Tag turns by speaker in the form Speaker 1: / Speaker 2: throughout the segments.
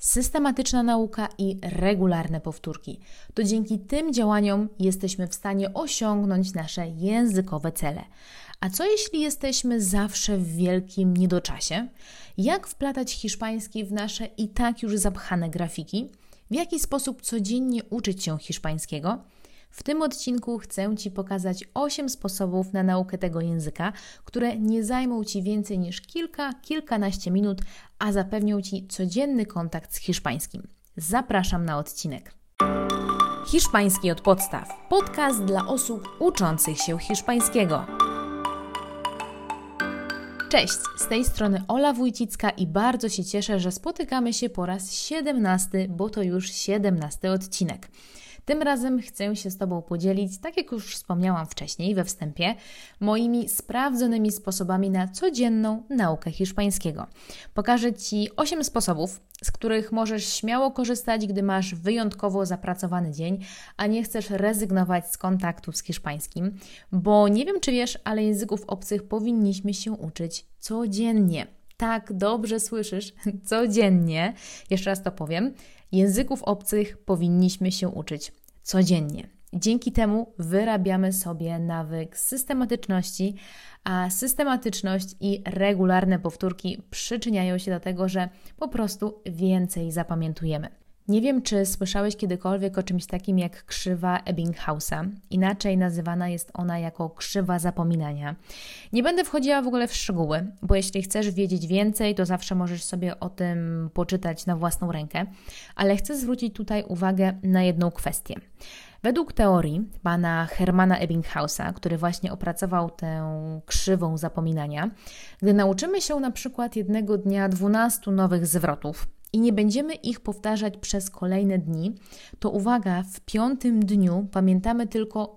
Speaker 1: systematyczna nauka i regularne powtórki. To dzięki tym działaniom jesteśmy w stanie osiągnąć nasze językowe cele. A co jeśli jesteśmy zawsze w wielkim niedoczasie? Jak wplatać hiszpański w nasze i tak już zapchane grafiki? W jaki sposób codziennie uczyć się hiszpańskiego? W tym odcinku chcę Ci pokazać 8 sposobów na naukę tego języka, które nie zajmą Ci więcej niż kilkanaście minut, a zapewnią Ci codzienny kontakt z hiszpańskim. Zapraszam na odcinek. Hiszpański od podstaw. Podcast dla osób uczących się hiszpańskiego. Cześć, z tej strony Ola Wójcicka i bardzo się cieszę, że spotykamy się po raz 17, bo to już 17 odcinek. Tym razem chcę się z Tobą podzielić, tak jak już wspomniałam wcześniej we wstępie, moimi sprawdzonymi sposobami na codzienną naukę hiszpańskiego. Pokażę Ci 8 sposobów, z których możesz śmiało korzystać, gdy masz wyjątkowo zapracowany dzień, a nie chcesz rezygnować z kontaktu z hiszpańskim, bo nie wiem, czy wiesz, ale języków obcych powinniśmy się uczyć codziennie. Tak, dobrze słyszysz, codziennie. Jeszcze raz to powiem. Języków obcych powinniśmy się uczyć codziennie. Dzięki temu wyrabiamy sobie nawyk systematyczności, a systematyczność i regularne powtórki przyczyniają się do tego, że po prostu więcej zapamiętujemy. Nie wiem, czy słyszałeś kiedykolwiek o czymś takim jak krzywa Ebbinghausa. Inaczej nazywana jest ona jako krzywa zapominania. Nie będę wchodziła w ogóle w szczegóły, bo jeśli chcesz wiedzieć więcej, to zawsze możesz sobie o tym poczytać na własną rękę, ale chcę zwrócić tutaj uwagę na jedną kwestię. Według teorii pana Hermana Ebbinghausa, który właśnie opracował tę krzywą zapominania, gdy nauczymy się na przykład jednego dnia 12 nowych zwrotów, i nie będziemy ich powtarzać przez kolejne dni, to uwaga, w 5. dniu pamiętamy tylko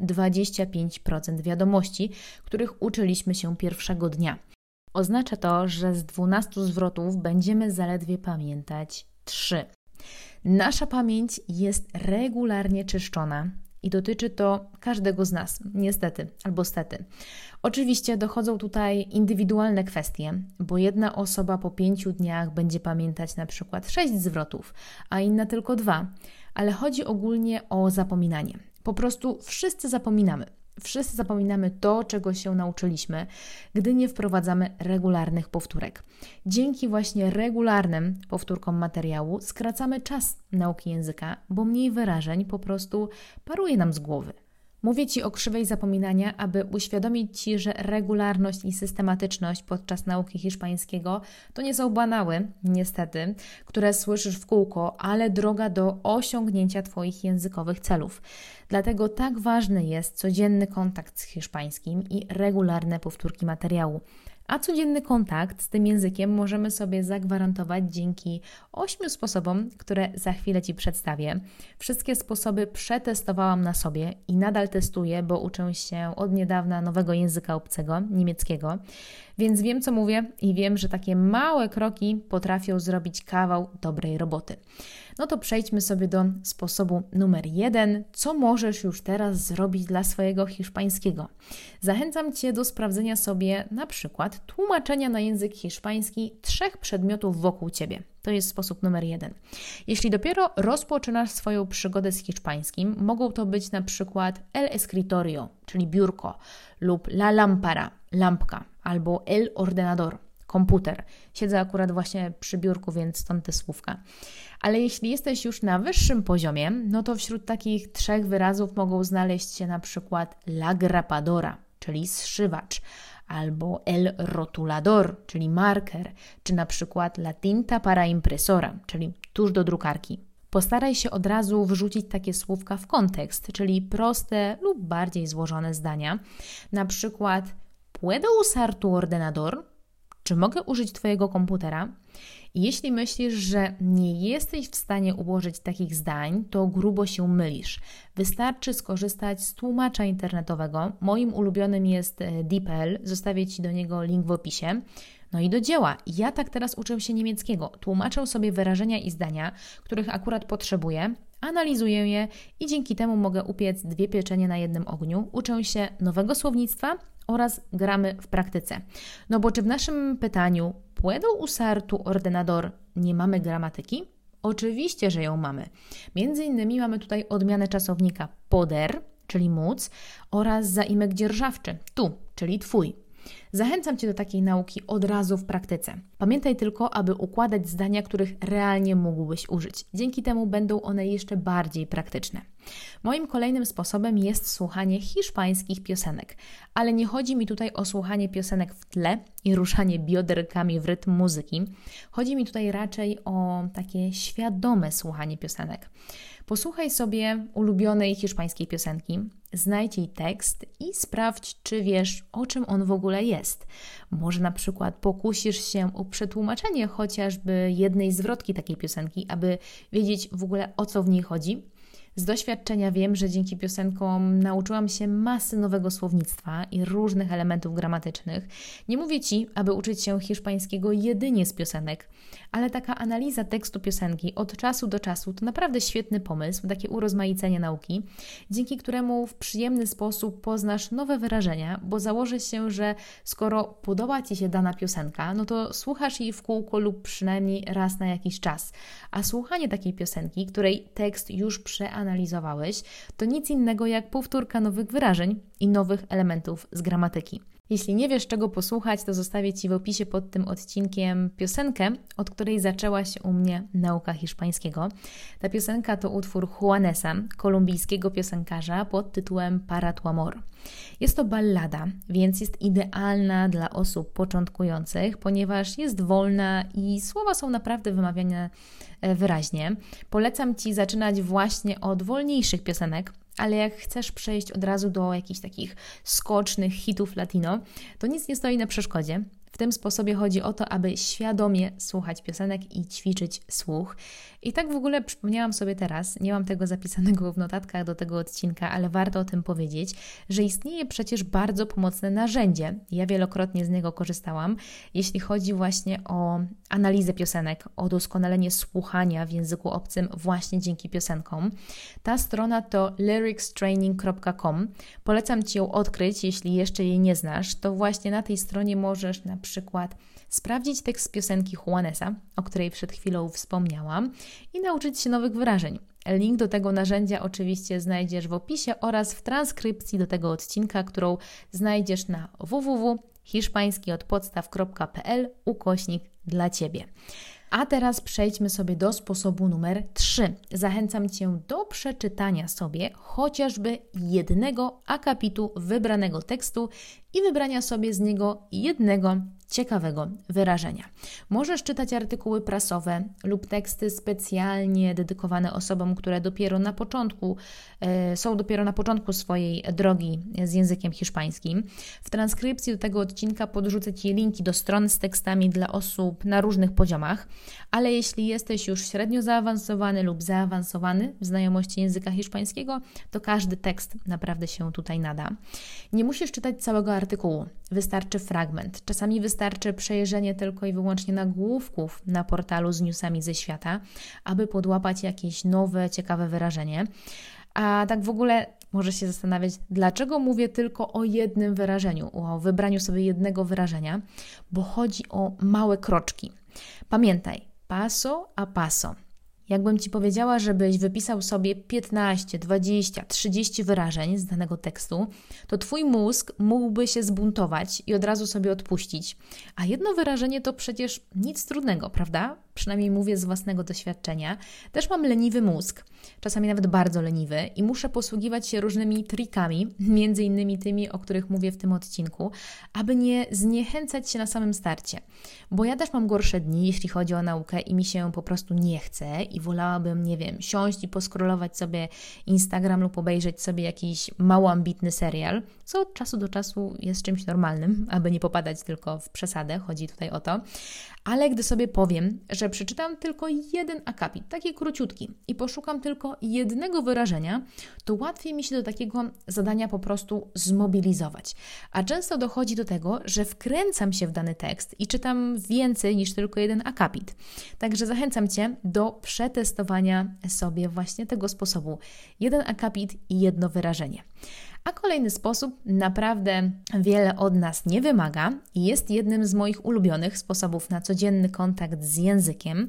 Speaker 1: 25% wiadomości, których uczyliśmy się pierwszego dnia. Oznacza to, że z 12 zwrotów będziemy zaledwie pamiętać 3. Nasza pamięć jest regularnie czyszczona i dotyczy to każdego z nas, niestety albo stety. Oczywiście dochodzą tutaj indywidualne kwestie, bo jedna osoba po 5 dniach będzie pamiętać na przykład 6 zwrotów, a inna tylko 2, ale chodzi ogólnie o zapominanie. Po prostu wszyscy zapominamy. Wszyscy zapominamy to, czego się nauczyliśmy, gdy nie wprowadzamy regularnych powtórek. Dzięki właśnie regularnym powtórkom materiału skracamy czas nauki języka, bo mniej wyrażeń po prostu paruje nam z głowy. Mówię Ci o krzywej zapominania, aby uświadomić Ci, że regularność i systematyczność podczas nauki hiszpańskiego to nie są banały, niestety, które słyszysz w kółko, ale droga do osiągnięcia Twoich językowych celów. Dlatego tak ważny jest codzienny kontakt z hiszpańskim i regularne powtórki materiału. A codzienny kontakt z tym językiem możemy sobie zagwarantować dzięki 8 sposobom, które za chwilę Ci przedstawię. Wszystkie sposoby przetestowałam na sobie i nadal testuję, bo uczę się od niedawna nowego języka obcego, niemieckiego, więc wiem, co mówię i wiem, że takie małe kroki potrafią zrobić kawał dobrej roboty. No to przejdźmy sobie do sposobu numer 1. Co możesz już teraz zrobić dla swojego hiszpańskiego? Zachęcam Cię do sprawdzenia sobie na przykład tłumaczenia na język hiszpański 3 przedmiotów wokół Ciebie. To jest sposób numer 1. Jeśli dopiero rozpoczynasz swoją przygodę z hiszpańskim, mogą to być na przykład el escritorio, czyli biurko, lub la lámpara, lampka, albo el ordenador, komputer. Siedzę akurat właśnie przy biurku, więc stąd te słówka. Ale jeśli jesteś już na wyższym poziomie, no to wśród takich 3 wyrazów mogą znaleźć się na przykład la grapadora, czyli zszywacz, albo el rotulador, czyli marker, czy na przykład la tinta para impresora, czyli tusz do drukarki. Postaraj się od razu wrzucić takie słówka w kontekst, czyli proste lub bardziej złożone zdania. Na przykład ¿puedo usar tu ordenador? Czy mogę użyć Twojego komputera? I jeśli myślisz, że nie jesteś w stanie ułożyć takich zdań, to grubo się mylisz. Wystarczy skorzystać z tłumacza internetowego. Moim ulubionym jest DeepL, zostawię Ci do niego link w opisie. No i do dzieła. Ja tak teraz uczę się niemieckiego. Tłumaczę sobie wyrażenia i zdania, których akurat potrzebuję, analizuję je i dzięki temu mogę upiec 2 pieczenie na jednym ogniu. Uczę się nowego słownictwa oraz gramy w praktyce. No bo czy w naszym pytaniu ¿puedo usar tu ordenador nie mamy gramatyki? Oczywiście, że ją mamy. Między innymi mamy tutaj odmianę czasownika poder, czyli móc, oraz zaimek dzierżawczy, tu, czyli twój. Zachęcam Cię do takiej nauki od razu w praktyce. Pamiętaj tylko, aby układać zdania, których realnie mógłbyś użyć. Dzięki temu będą one jeszcze bardziej praktyczne. Moim kolejnym sposobem jest słuchanie hiszpańskich piosenek, ale nie chodzi mi tutaj o słuchanie piosenek w tle i ruszanie bioderkami w rytm muzyki. Chodzi mi tutaj raczej o takie świadome słuchanie piosenek. Posłuchaj sobie ulubionej hiszpańskiej piosenki, znajdź jej tekst i sprawdź, czy wiesz, o czym on w ogóle jest. Może na przykład pokusisz się o przetłumaczenie chociażby jednej zwrotki takiej piosenki, aby wiedzieć w ogóle, o co w niej chodzi. Z doświadczenia wiem, że dzięki piosenkom nauczyłam się masy nowego słownictwa i różnych elementów gramatycznych. Nie mówię Ci, aby uczyć się hiszpańskiego jedynie z piosenek, ale taka analiza tekstu piosenki od czasu do czasu to naprawdę świetny pomysł, takie urozmaicenie nauki, dzięki któremu w przyjemny sposób poznasz nowe wyrażenia, bo założę się, że skoro podoba Ci się dana piosenka, no to słuchasz jej w kółko lub przynajmniej raz na jakiś czas. A słuchanie takiej piosenki, której tekst już przeanalizowałeś, to nic innego jak powtórka nowych wyrażeń i nowych elementów z gramatyki. Jeśli nie wiesz, czego posłuchać, to zostawię Ci w opisie pod tym odcinkiem piosenkę, od której zaczęła się u mnie nauka hiszpańskiego. Ta piosenka to utwór Juanesa, kolumbijskiego piosenkarza pod tytułem Para tu amor. Jest to ballada, więc jest idealna dla osób początkujących, ponieważ jest wolna i słowa są naprawdę wymawiane wyraźnie. Polecam Ci zaczynać właśnie od wolniejszych piosenek, ale jak chcesz przejść od razu do jakichś takich skocznych hitów latino, to nic nie stoi na przeszkodzie. W tym sposobie chodzi o to, aby świadomie słuchać piosenek i ćwiczyć słuch. I tak w ogóle przypomniałam sobie teraz, nie mam tego zapisanego w notatkach do tego odcinka, ale warto o tym powiedzieć, że istnieje przecież bardzo pomocne narzędzie. Ja wielokrotnie z niego korzystałam, jeśli chodzi właśnie o analizę piosenek, o doskonalenie słuchania w języku obcym właśnie dzięki piosenkom. Ta strona to lyricstraining.com. Polecam Ci ją odkryć, jeśli jeszcze jej nie znasz. To właśnie na tej stronie możesz na przykład sprawdzić tekst piosenki Juanesa, o której przed chwilą wspomniałam, i nauczyć się nowych wyrażeń. Link do tego narzędzia oczywiście znajdziesz w opisie oraz w transkrypcji do tego odcinka, którą znajdziesz na www.hiszpańskiodpodstaw.pl/dla Ciebie. A teraz przejdźmy sobie do sposobu numer 3. Zachęcam Cię do przeczytania sobie chociażby jednego akapitu wybranego tekstu i wybrania sobie z niego jednego ciekawego wyrażenia. Możesz czytać artykuły prasowe lub teksty specjalnie dedykowane osobom, które są dopiero na początku swojej drogi z językiem hiszpańskim. W transkrypcji do tego odcinka podrzucę Ci linki do stron z tekstami dla osób na różnych poziomach, ale jeśli jesteś już średnio zaawansowany lub zaawansowany w znajomości języka hiszpańskiego, to każdy tekst naprawdę się tutaj nada. Nie musisz czytać całego artykułu, wystarczy fragment. Czasami wystarczy przejrzenie tylko i wyłącznie nagłówków na portalu z newsami ze świata, aby podłapać jakieś nowe, ciekawe wyrażenie. A tak w ogóle możesz się zastanawiać, dlaczego mówię tylko o jednym wyrażeniu, o wybraniu sobie jednego wyrażenia, bo chodzi o małe kroczki. Pamiętaj, paso a paso. Jakbym Ci powiedziała, żebyś wypisał sobie 15, 20, 30 wyrażeń z danego tekstu, to Twój mózg mógłby się zbuntować i od razu sobie odpuścić. A jedno wyrażenie to przecież nic trudnego, prawda? Przynajmniej mówię z własnego doświadczenia. Też mam leniwy mózg, czasami nawet bardzo leniwy i muszę posługiwać się różnymi trikami, między innymi tymi, o których mówię w tym odcinku, aby nie zniechęcać się na samym starcie. Bo ja też mam gorsze dni, jeśli chodzi o naukę i mi się po prostu nie chce i wolałabym, nie wiem, siąść i poskrolować sobie Instagram lub obejrzeć sobie jakiś mało ambitny serial, co od czasu do czasu jest czymś normalnym, aby nie popadać tylko w przesadę, chodzi tutaj o to. Ale gdy sobie powiem, że przeczytam tylko jeden akapit, taki króciutki i poszukam tylko jednego wyrażenia, to łatwiej mi się do takiego zadania po prostu zmobilizować. A często dochodzi do tego, że wkręcam się w dany tekst i czytam więcej niż tylko jeden akapit. Także zachęcam Cię do przetestowania sobie właśnie tego sposobu. Jeden akapit i jedno wyrażenie. A kolejny sposób naprawdę wiele od nas nie wymaga i jest jednym z moich ulubionych sposobów na codzienny kontakt z językiem.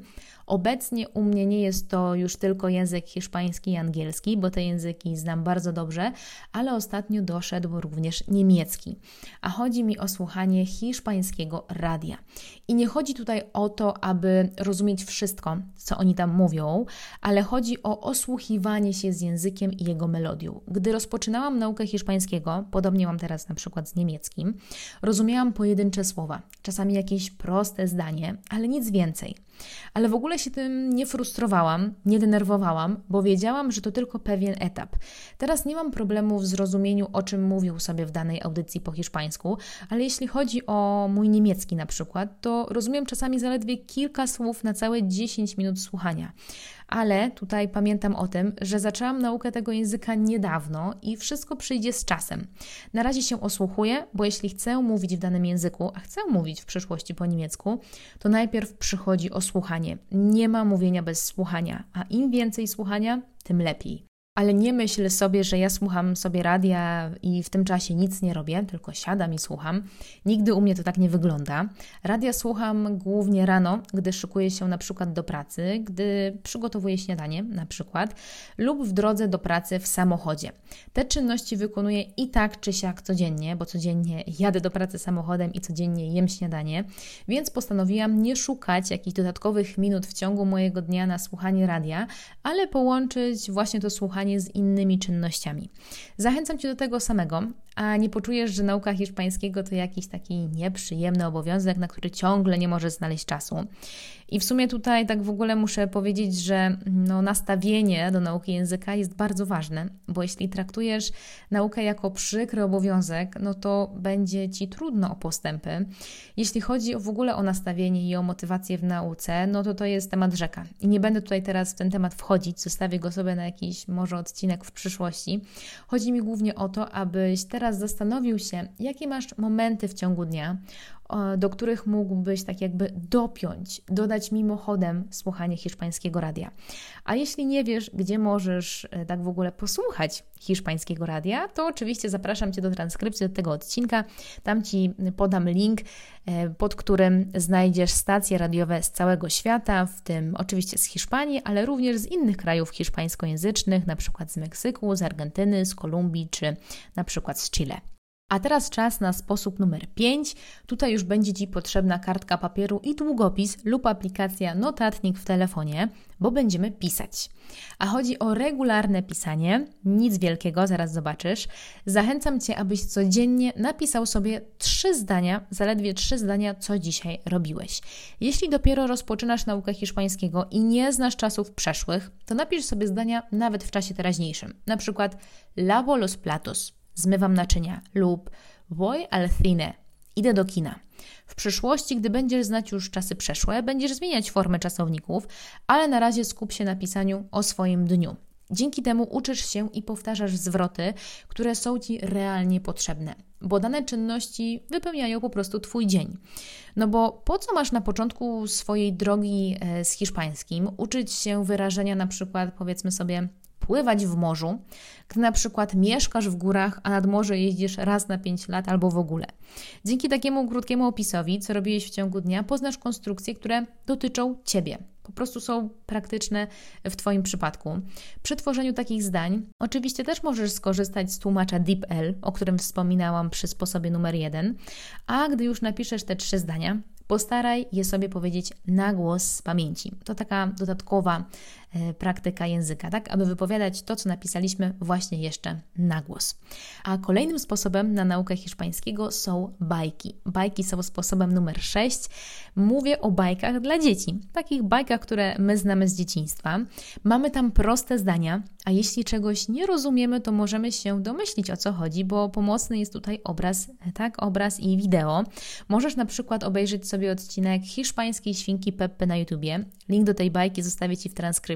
Speaker 1: Obecnie u mnie nie jest to już tylko język hiszpański i angielski, bo te języki znam bardzo dobrze, ale ostatnio doszedł również niemiecki. A chodzi mi o słuchanie hiszpańskiego radia. I nie chodzi tutaj o to, aby rozumieć wszystko, co oni tam mówią, ale chodzi o osłuchiwanie się z językiem i jego melodią. Gdy rozpoczynałam naukę hiszpańskiego, podobnie mam teraz na przykład z niemieckim, rozumiałam pojedyncze słowa, czasami jakieś proste zdanie, ale nic więcej. Ale w ogóle się tym nie frustrowałam, nie denerwowałam, bo wiedziałam, że to tylko pewien etap. Teraz nie mam problemu w zrozumieniu, o czym mówił sobie w danej audycji po hiszpańsku, ale jeśli chodzi o mój niemiecki na przykład, to rozumiem czasami zaledwie kilka słów na całe 10 minut słuchania. Ale tutaj pamiętam o tym, że zaczęłam naukę tego języka niedawno i wszystko przyjdzie z czasem. Na razie się osłuchuję, bo jeśli chcę mówić w danym języku, a chcę mówić w przyszłości po niemiecku, to najpierw przychodzi osłuchanie. Nie ma mówienia bez słuchania, a im więcej słuchania, tym lepiej. Ale nie myśl sobie, że ja słucham sobie radia i w tym czasie nic nie robię, tylko siadam i słucham. Nigdy u mnie to tak nie wygląda. Radia słucham głównie rano, gdy szykuję się na przykład do pracy, gdy przygotowuję śniadanie na przykład lub w drodze do pracy w samochodzie. Te czynności wykonuję i tak czy siak codziennie, bo codziennie jadę do pracy samochodem i codziennie jem śniadanie, więc postanowiłam nie szukać jakichś dodatkowych minut w ciągu mojego dnia na słuchanie radia, ale połączyć właśnie to słuchanie z innymi czynnościami. Zachęcam Cię do tego samego, a nie poczujesz, że nauka hiszpańskiego to jakiś taki nieprzyjemny obowiązek, na który ciągle nie możesz znaleźć czasu. I w sumie tutaj tak w ogóle muszę powiedzieć, że nastawienie do nauki języka jest bardzo ważne, bo jeśli traktujesz naukę jako przykry obowiązek, to będzie Ci trudno o postępy. Jeśli chodzi w ogóle o nastawienie i o motywację w nauce, to jest temat rzeka. I nie będę tutaj teraz w ten temat wchodzić, zostawię go sobie na jakiś może odcinek w przyszłości. Chodzi mi głównie o to, abyś teraz zastanowił się, jakie masz momenty w ciągu dnia, do których mógłbyś tak jakby dopiąć, dodać mimochodem słuchanie hiszpańskiego radia. A jeśli nie wiesz, gdzie możesz tak w ogóle posłuchać hiszpańskiego radia, to oczywiście zapraszam Cię do transkrypcji do tego odcinka. Tam Ci podam link, pod którym znajdziesz stacje radiowe z całego świata, w tym oczywiście z Hiszpanii, ale również z innych krajów hiszpańskojęzycznych, na przykład z Meksyku, z Argentyny, z Kolumbii czy na przykład z Chile. A teraz czas na sposób numer 5. Tutaj już będzie Ci potrzebna kartka papieru i długopis lub aplikacja Notatnik w telefonie, bo będziemy pisać. A chodzi o regularne pisanie, nic wielkiego, zaraz zobaczysz. Zachęcam Cię, abyś codziennie napisał sobie 3 zdania, zaledwie 3 zdania, co dzisiaj robiłeś. Jeśli dopiero rozpoczynasz naukę hiszpańskiego i nie znasz czasów przeszłych, to napisz sobie zdania nawet w czasie teraźniejszym. Na przykład lavo los platos, zmywam naczynia, lub voy al cine, idę do kina. W przyszłości, gdy będziesz znać już czasy przeszłe, będziesz zmieniać formę czasowników, ale na razie skup się na pisaniu o swoim dniu. Dzięki temu uczysz się i powtarzasz zwroty, które są Ci realnie potrzebne, bo dane czynności wypełniają po prostu Twój dzień. Bo po co masz na początku swojej drogi z hiszpańskim uczyć się wyrażenia na przykład, powiedzmy sobie, pływać w morzu, gdy na przykład mieszkasz w górach, a nad morze jeździsz raz na 5 lat albo w ogóle. Dzięki takiemu krótkiemu opisowi, co robiłeś w ciągu dnia, poznasz konstrukcje, które dotyczą Ciebie. Po prostu są praktyczne w Twoim przypadku. Przy tworzeniu takich zdań oczywiście też możesz skorzystać z tłumacza DeepL, o którym wspominałam przy sposobie numer 1, a gdy już napiszesz te 3 zdania, postaraj je sobie powiedzieć na głos z pamięci. To taka dodatkowa praktyka języka, tak? Aby wypowiadać to, co napisaliśmy właśnie jeszcze na głos. A kolejnym sposobem na naukę hiszpańskiego są bajki. Bajki są sposobem numer 6. Mówię o bajkach dla dzieci. Takich bajkach, które my znamy z dzieciństwa. Mamy tam proste zdania, a jeśli czegoś nie rozumiemy, to możemy się domyślić, o co chodzi, bo pomocny jest tutaj obraz, tak? Obraz i wideo. Możesz na przykład obejrzeć sobie odcinek Hiszpańskiej Świnki Peppy na YouTubie. Link do tej bajki zostawię Ci w transkrypcji.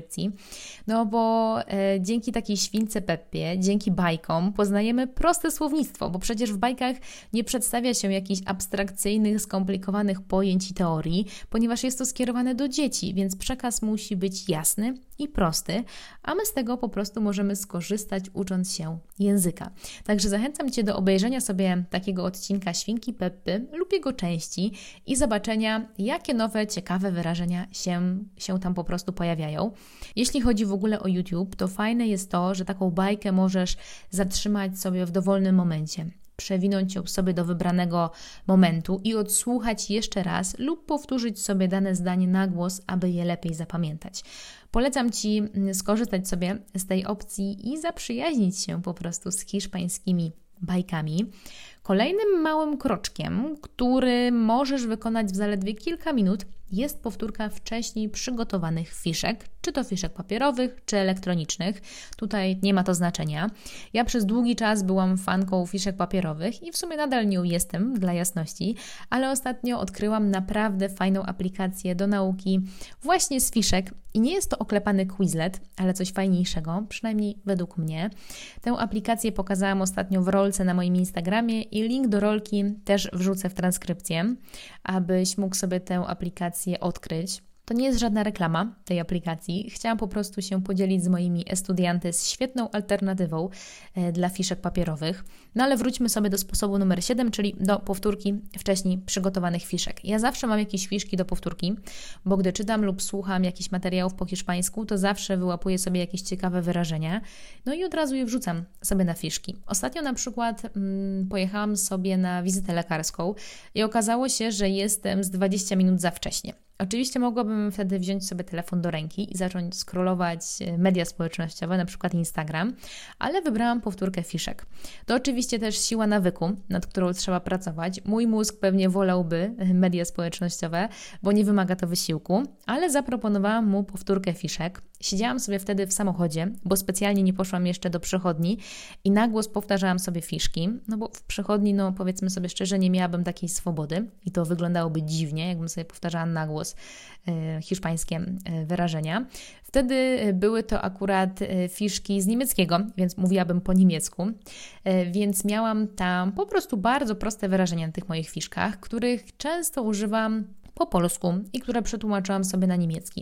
Speaker 1: transkrypcji, no bo dzięki takiej śwince Peppie, dzięki bajkom poznajemy proste słownictwo, bo przecież w bajkach nie przedstawia się jakichś abstrakcyjnych, skomplikowanych pojęć i teorii, ponieważ jest to skierowane do dzieci, więc przekaz musi być jasny i prosty, a my z tego po prostu możemy skorzystać, ucząc się języka. Także zachęcam Cię do obejrzenia sobie takiego odcinka Świnki Peppy lub jego części i zobaczenia, jakie nowe, ciekawe wyrażenia się tam po prostu pojawiają. Jeśli chodzi w ogóle o YouTube, to fajne jest to, że taką bajkę możesz zatrzymać sobie w dowolnym momencie, przewinąć ją sobie do wybranego momentu i odsłuchać jeszcze raz lub powtórzyć sobie dane zdanie na głos, aby je lepiej zapamiętać. Polecam Ci skorzystać sobie z tej opcji i zaprzyjaźnić się po prostu z hiszpańskimi bajkami. Kolejnym małym kroczkiem, który możesz wykonać w zaledwie kilka minut, jest powtórka wcześniej przygotowanych fiszek, czy to fiszek papierowych, czy elektronicznych. Tutaj nie ma to znaczenia. Ja przez długi czas byłam fanką fiszek papierowych i w sumie nadal nią jestem, dla jasności, ale ostatnio odkryłam naprawdę fajną aplikację do nauki właśnie z fiszek i nie jest to oklepany Quizlet, ale coś fajniejszego, przynajmniej według mnie. Tę aplikację pokazałam ostatnio w rolce na moim Instagramie i link do rolki też wrzucę w transkrypcję, abyś mógł sobie tę aplikację odkryć. To nie jest żadna reklama tej aplikacji. Chciałam po prostu się podzielić z moimi estudiantes świetną alternatywą dla fiszek papierowych. No ale wróćmy sobie do sposobu numer 7, czyli do powtórki wcześniej przygotowanych fiszek. Ja zawsze mam jakieś fiszki do powtórki, bo gdy czytam lub słucham jakichś materiałów po hiszpańsku, to zawsze wyłapuję sobie jakieś ciekawe wyrażenia, no i od razu je wrzucam sobie na fiszki. Ostatnio na przykład pojechałam sobie na wizytę lekarską i okazało się, że jestem z 20 minut za wcześnie. Oczywiście mogłabym wtedy wziąć sobie telefon do ręki i zacząć scrollować media społecznościowe, na przykład Instagram, ale wybrałam powtórkę fiszek. To oczywiście też siła nawyku, nad którą trzeba pracować. Mój mózg pewnie wolałby media społecznościowe, bo nie wymaga to wysiłku, ale zaproponowałam mu powtórkę fiszek. Siedziałam sobie wtedy w samochodzie, bo specjalnie nie poszłam jeszcze do przychodni i na głos powtarzałam sobie fiszki, no bo w przychodni, no powiedzmy sobie szczerze, nie miałabym takiej swobody i to wyglądałoby dziwnie, jakbym sobie powtarzała na głos hiszpańskie wyrażenia. Wtedy były to akurat fiszki z niemieckiego, więc mówiłabym po niemiecku, więc miałam tam po prostu bardzo proste wyrażenia na tych moich fiszkach, których często używam po polsku i które przetłumaczyłam sobie na niemiecki.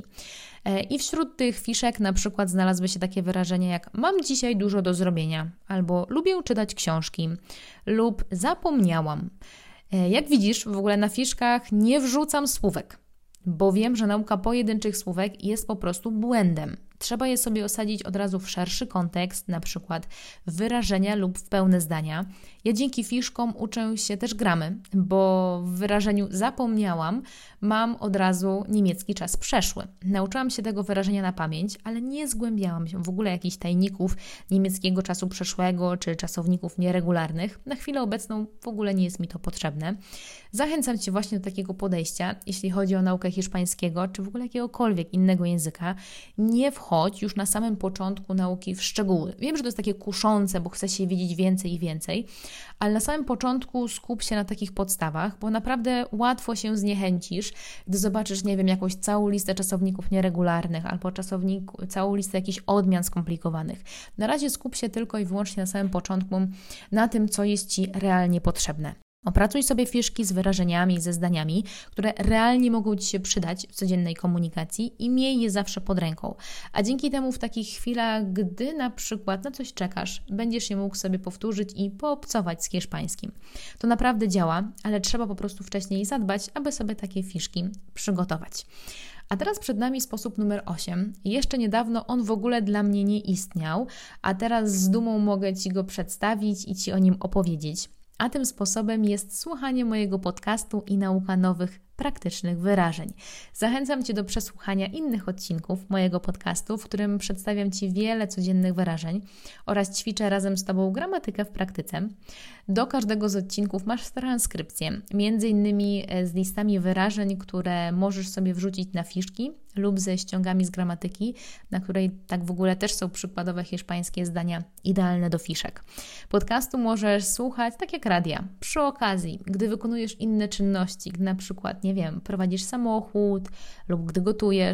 Speaker 1: I wśród tych fiszek na przykład znalazły się takie wyrażenia jak mam dzisiaj dużo do zrobienia, albo lubię czytać książki, lub zapomniałam. Jak widzisz, w ogóle na fiszkach nie wrzucam słówek, bo wiem, że nauka pojedynczych słówek jest po prostu błędem. Trzeba je sobie osadzić od razu w szerszy kontekst, na przykład w wyrażenia lub w pełne zdania. Ja dzięki fiszkom uczę się też gramy, bo w wyrażeniu zapomniałam mam od razu niemiecki czas przeszły. Nauczyłam się tego wyrażenia na pamięć, ale nie zgłębiałam się w ogóle jakichś tajników niemieckiego czasu przeszłego czy czasowników nieregularnych. Na chwilę obecną w ogóle nie jest mi to potrzebne. Zachęcam Cię właśnie do takiego podejścia, jeśli chodzi o naukę hiszpańskiego czy w ogóle jakiegokolwiek innego języka. Nie wchodź już na samym początku nauki w szczegóły. Wiem, że to jest takie kuszące, bo chce się wiedzieć więcej i więcej, ale na samym początku skup się na takich podstawach, bo naprawdę łatwo się zniechęcisz, gdy zobaczysz, nie wiem, jakąś całą listę czasowników nieregularnych albo całą listę jakichś odmian skomplikowanych. Na razie skup się tylko i wyłącznie na samym początku na tym, co jest Ci realnie potrzebne. Opracuj sobie fiszki z wyrażeniami, ze zdaniami, które realnie mogą Ci się przydać w codziennej komunikacji i miej je zawsze pod ręką. A dzięki temu w takich chwilach, gdy na przykład na coś czekasz, będziesz je mógł sobie powtórzyć i poobcować z hiszpańskim. To naprawdę działa, ale trzeba po prostu wcześniej zadbać, aby sobie takie fiszki przygotować. A teraz przed nami sposób numer 8. Jeszcze niedawno on w ogóle dla mnie nie istniał, a teraz z dumą mogę Ci go przedstawić i Ci o nim opowiedzieć. A tym sposobem jest słuchanie mojego podcastu i nauka nowych, praktycznych wyrażeń. Zachęcam Cię do przesłuchania innych odcinków mojego podcastu, w którym przedstawiam Ci wiele codziennych wyrażeń oraz ćwiczę razem z Tobą gramatykę w praktyce. Do każdego z odcinków masz transkrypcję, między innymi z listami wyrażeń, które możesz sobie wrzucić na fiszki lub ze ściągami z gramatyki, na której tak w ogóle też są przykładowe hiszpańskie zdania idealne do fiszek. Podcastu możesz słuchać tak jak radia, przy okazji, gdy wykonujesz inne czynności, gdy na przykład, nie wiem, prowadzisz samochód lub gdy gotujesz.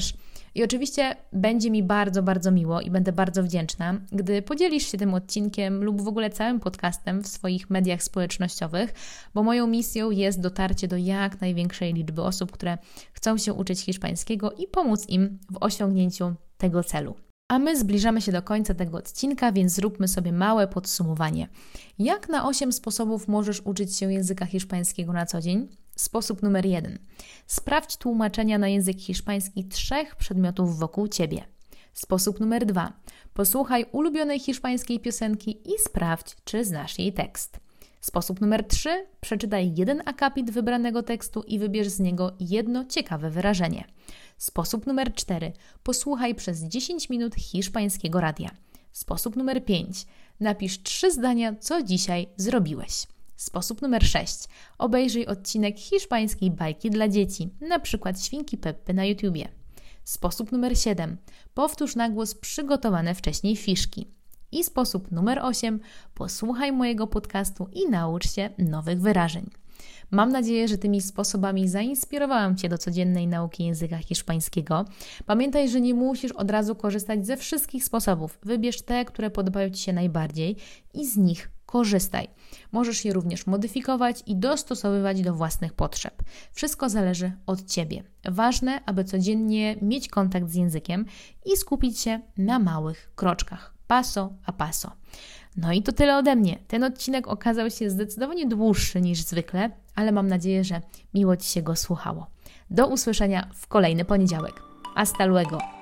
Speaker 1: I oczywiście będzie mi bardzo, bardzo miło i będę bardzo wdzięczna, gdy podzielisz się tym odcinkiem lub w ogóle całym podcastem w swoich mediach społecznościowych, bo moją misją jest dotarcie do jak największej liczby osób, które chcą się uczyć hiszpańskiego i pomóc im w osiągnięciu tego celu. A my zbliżamy się do końca tego odcinka, więc zróbmy sobie małe podsumowanie. Jak na 8 sposobów możesz uczyć się języka hiszpańskiego na co dzień? Sposób numer 1. Sprawdź tłumaczenia na język hiszpański 3 przedmiotów wokół Ciebie. Sposób numer 2. Posłuchaj ulubionej hiszpańskiej piosenki i sprawdź, czy znasz jej tekst. Sposób numer 3. Przeczytaj jeden akapit wybranego tekstu i wybierz z niego jedno ciekawe wyrażenie. Sposób numer 4. Posłuchaj przez 10 minut hiszpańskiego radia. Sposób numer 5. Napisz 3 zdania, co dzisiaj zrobiłeś. Sposób numer 6. Obejrzyj odcinek hiszpańskiej bajki dla dzieci, na przykład Świnki Peppy na YouTubie. Sposób numer 7. Powtórz na głos przygotowane wcześniej fiszki. I sposób numer 8. Posłuchaj mojego podcastu i naucz się nowych wyrażeń. Mam nadzieję, że tymi sposobami zainspirowałam Cię do codziennej nauki języka hiszpańskiego. Pamiętaj, że nie musisz od razu korzystać ze wszystkich sposobów. Wybierz te, które podobają Ci się najbardziej i z nich korzystaj. Możesz je również modyfikować i dostosowywać do własnych potrzeb. Wszystko zależy od Ciebie. Ważne, aby codziennie mieć kontakt z językiem i skupić się na małych kroczkach. Paso a paso. No i to tyle ode mnie. Ten odcinek okazał się zdecydowanie dłuższy niż zwykle, ale mam nadzieję, że miło Ci się go słuchało. Do usłyszenia w kolejny poniedziałek. Hasta luego!